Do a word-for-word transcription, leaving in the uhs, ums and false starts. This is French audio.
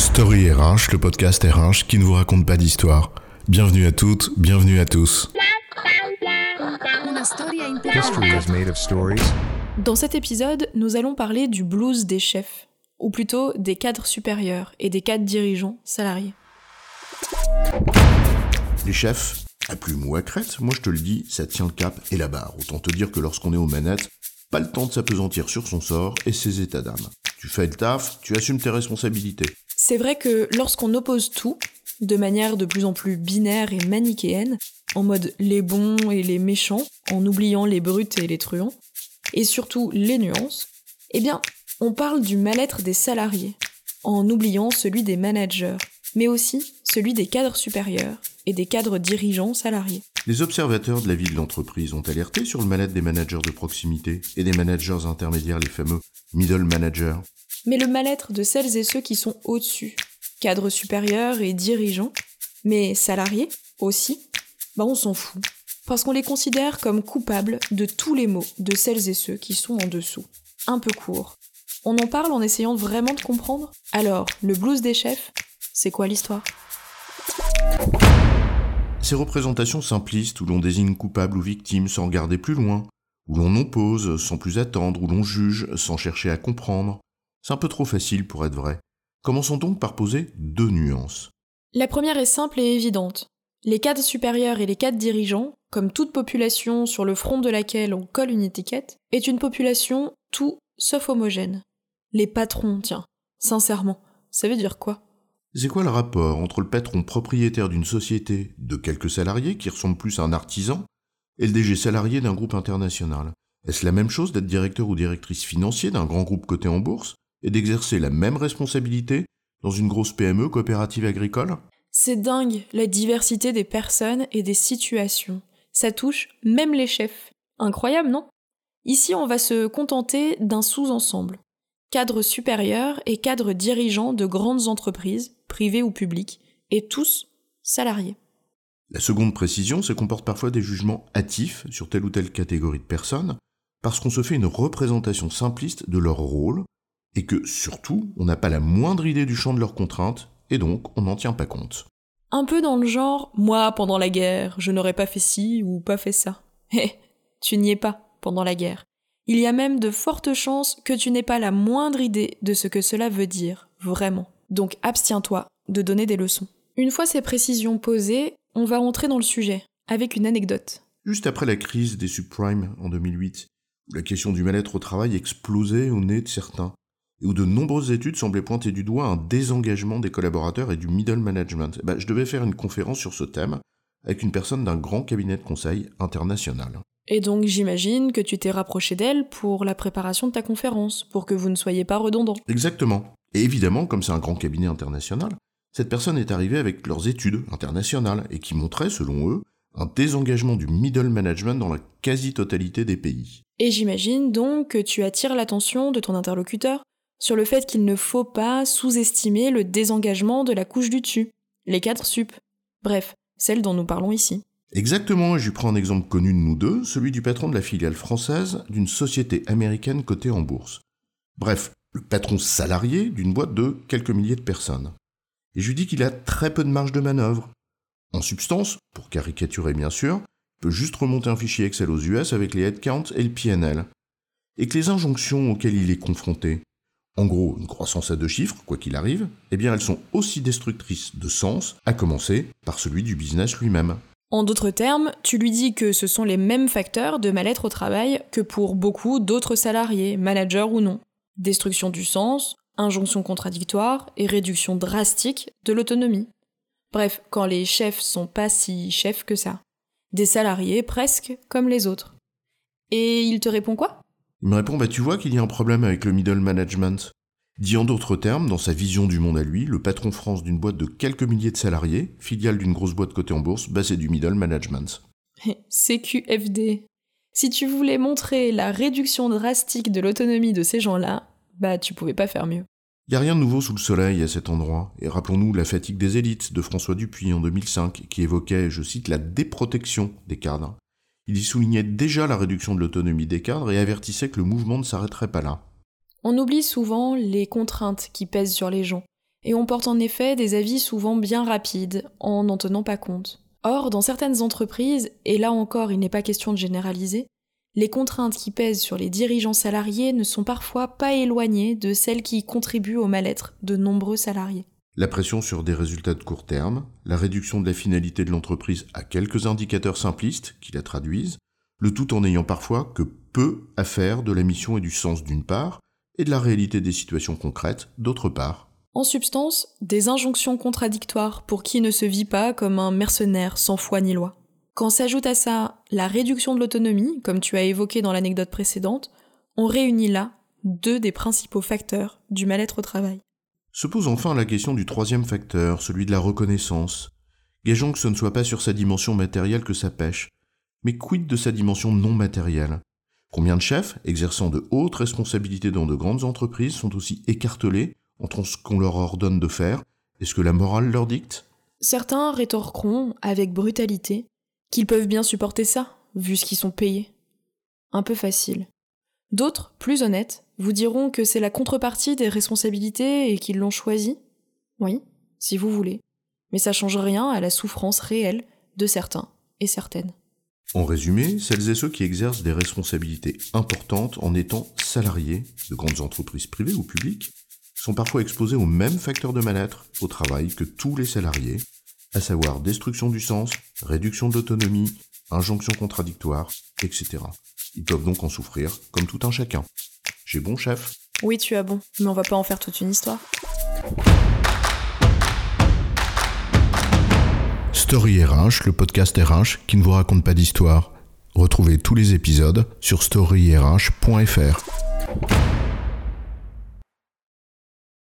Story R H, le podcast R H qui ne vous raconte pas d'histoire. Bienvenue à toutes, bienvenue à tous. History is made of stories. Dans cet épisode, nous allons parler du blues des chefs, ou plutôt des cadres supérieurs et des cadres dirigeants salariés. Les chefs, à plume ou à crête, moi je te le dis, ça tient le cap et la barre. Autant te dire que lorsqu'on est aux manettes, pas le temps de s'apesantir sur son sort et ses états d'âme. Tu fais le taf, tu assumes tes responsabilités. C'est vrai que lorsqu'on oppose tout, de manière de plus en plus binaire et manichéenne, en mode les bons et les méchants, en oubliant les brutes et les truands, et surtout les nuances, eh bien, on parle du mal-être des salariés, en oubliant celui des managers, mais aussi celui des cadres supérieurs et des cadres dirigeants salariés. Les observateurs de la vie de l'entreprise ont alerté sur le mal-être des managers de proximité et des managers intermédiaires, les fameux middle managers. Mais le mal-être de celles et ceux qui sont au-dessus, cadres supérieurs et dirigeants, mais salariés aussi, bah on s'en fout. Parce qu'on les considère comme coupables de tous les maux de celles et ceux qui sont en dessous. Un peu court. On en parle en essayant vraiment de comprendre. Alors, le blues des chefs, c'est quoi l'histoire ? Ces représentations simplistes où l'on désigne coupable ou victime sans regarder plus loin, où l'on oppose sans plus attendre, où l'on juge sans chercher à comprendre, c'est un peu trop facile pour être vrai. Commençons donc par poser deux nuances. La première est simple et évidente. Les cadres supérieurs et les cadres dirigeants, comme toute population sur le front de laquelle on colle une étiquette, est une population tout sauf homogène. Les patrons, tiens, sincèrement, ça veut dire quoi ? C'est quoi le rapport entre le patron propriétaire d'une société de quelques salariés qui ressemble plus à un artisan et le D G salarié d'un groupe international ? Est-ce la même chose d'être directeur ou directrice financier d'un grand groupe coté en bourse et d'exercer la même responsabilité dans une grosse P M E coopérative agricole ? C'est dingue, la diversité des personnes et des situations. Ça touche même les chefs. Incroyable, non ? Ici, on va se contenter d'un sous-ensemble. Cadres supérieurs et cadres dirigeants de grandes entreprises, privées ou publiques, et tous salariés. La seconde précision, c'est qu'on porte parfois des jugements hâtifs sur telle ou telle catégorie de personnes, parce qu'on se fait une représentation simpliste de leur rôle, et que, surtout, on n'a pas la moindre idée du champ de leurs contraintes, et donc on n'en tient pas compte. Un peu dans le genre « moi, pendant la guerre, je n'aurais pas fait ci ou pas fait ça ». Hé, tu n'y es pas pendant la guerre. Il y a même de fortes chances que tu n'aies pas la moindre idée de ce que cela veut dire, vraiment. Donc abstiens-toi de donner des leçons. Une fois ces précisions posées, on va entrer dans le sujet, avec une anecdote. Juste après la crise des subprimes en deux mille huit, où la question du mal-être au travail explosait au nez de certains, et où de nombreuses études semblaient pointer du doigt un désengagement des collaborateurs et du middle management, bah, je devais faire une conférence sur ce thème avec une personne d'un grand cabinet de conseil international. Et donc j'imagine que tu t'es rapproché d'elle pour la préparation de ta conférence, pour que vous ne soyez pas redondants. Exactement. Et évidemment, comme c'est un grand cabinet international, cette personne est arrivée avec leurs études internationales et qui montraient, selon eux, un désengagement du middle management dans la quasi-totalité des pays. Et j'imagine donc que tu attires l'attention de ton interlocuteur sur le fait qu'il ne faut pas sous-estimer le désengagement de la couche du dessus, les cadres sup. Bref, celle dont nous parlons ici. Exactement, et je lui prends un exemple connu de nous deux, celui du patron de la filiale française d'une société américaine cotée en bourse. Bref, le patron salarié d'une boîte de quelques milliers de personnes. Et je lui dis qu'il a très peu de marge de manœuvre. En substance, pour caricaturer bien sûr, il peut juste remonter un fichier Excel aux U S avec les headcounts et le P and L. Et que les injonctions auxquelles il est confronté, en gros une croissance à deux chiffres, quoi qu'il arrive, eh bien elles sont aussi destructrices de sens, à commencer par celui du business lui-même. En d'autres termes, tu lui dis que ce sont les mêmes facteurs de mal-être au travail que pour beaucoup d'autres salariés, managers ou non. Destruction du sens, injonction contradictoire et réduction drastique de l'autonomie. Bref, quand les chefs sont pas si chefs que ça. Des salariés presque comme les autres. Et il te répond quoi ? Il me répond, bah tu vois qu'il y a un problème avec le middle management. Dit en d'autres termes, dans sa vision du monde à lui, le patron France d'une boîte de quelques milliers de salariés, filiale d'une grosse boîte cotée en bourse, bah c'est du middle management. C Q F D. Si tu voulais montrer la réduction drastique de l'autonomie de ces gens-là, bah tu pouvais pas faire mieux. Il n'y a rien de nouveau sous le soleil à cet endroit, et rappelons-nous la fatigue des élites de François Dupuis en deux mille cinq, qui évoquait, je cite, la déprotection des cadres. Il y soulignait déjà la réduction de l'autonomie des cadres et avertissait que le mouvement ne s'arrêterait pas là. On oublie souvent les contraintes qui pèsent sur les gens, et on porte en effet des avis souvent bien rapides, en n'en tenant pas compte. Or, dans certaines entreprises, et là encore il n'est pas question de généraliser, les contraintes qui pèsent sur les dirigeants salariés ne sont parfois pas éloignées de celles qui contribuent au mal-être de nombreux salariés. La pression sur des résultats de court terme, la réduction de la finalité de l'entreprise à quelques indicateurs simplistes qui la traduisent, le tout en n'ayant parfois que peu à faire de la mission et du sens d'une part, et de la réalité des situations concrètes d'autre part. En substance, des injonctions contradictoires pour qui ne se vit pas comme un mercenaire sans foi ni loi. Quand s'ajoute à ça la réduction de l'autonomie, comme tu as évoqué dans l'anecdote précédente, on réunit là deux des principaux facteurs du mal-être au travail. Se pose enfin la question du troisième facteur, celui de la reconnaissance. Gageons que ce ne soit pas sur sa dimension matérielle que ça pêche, mais quid de sa dimension non matérielle ? Combien de chefs, exerçant de hautes responsabilités dans de grandes entreprises, sont aussi écartelés entre ce qu'on leur ordonne de faire et ce que la morale leur dicte ? Certains rétorqueront, avec brutalité, qu'ils peuvent bien supporter ça, vu ce qu'ils sont payés. Un peu facile. D'autres, plus honnêtes, vous diront que c'est la contrepartie des responsabilités et qu'ils l'ont choisi. Oui, si vous voulez. Mais ça change rien à la souffrance réelle de certains et certaines. En résumé, celles et ceux qui exercent des responsabilités importantes en étant salariés de grandes entreprises privées ou publiques sont parfois exposés aux mêmes facteurs de mal-être au travail que tous les salariés, à savoir destruction du sens, réduction de l'autonomie, injonctions contradictoires, et cetera. Ils peuvent donc en souffrir comme tout un chacun. J'ai bon, chef ? Oui, tu as bon, mais on va pas en faire toute une histoire. Story R H, le podcast R H qui ne vous raconte pas d'histoire. Retrouvez tous les épisodes sur story r h point f r.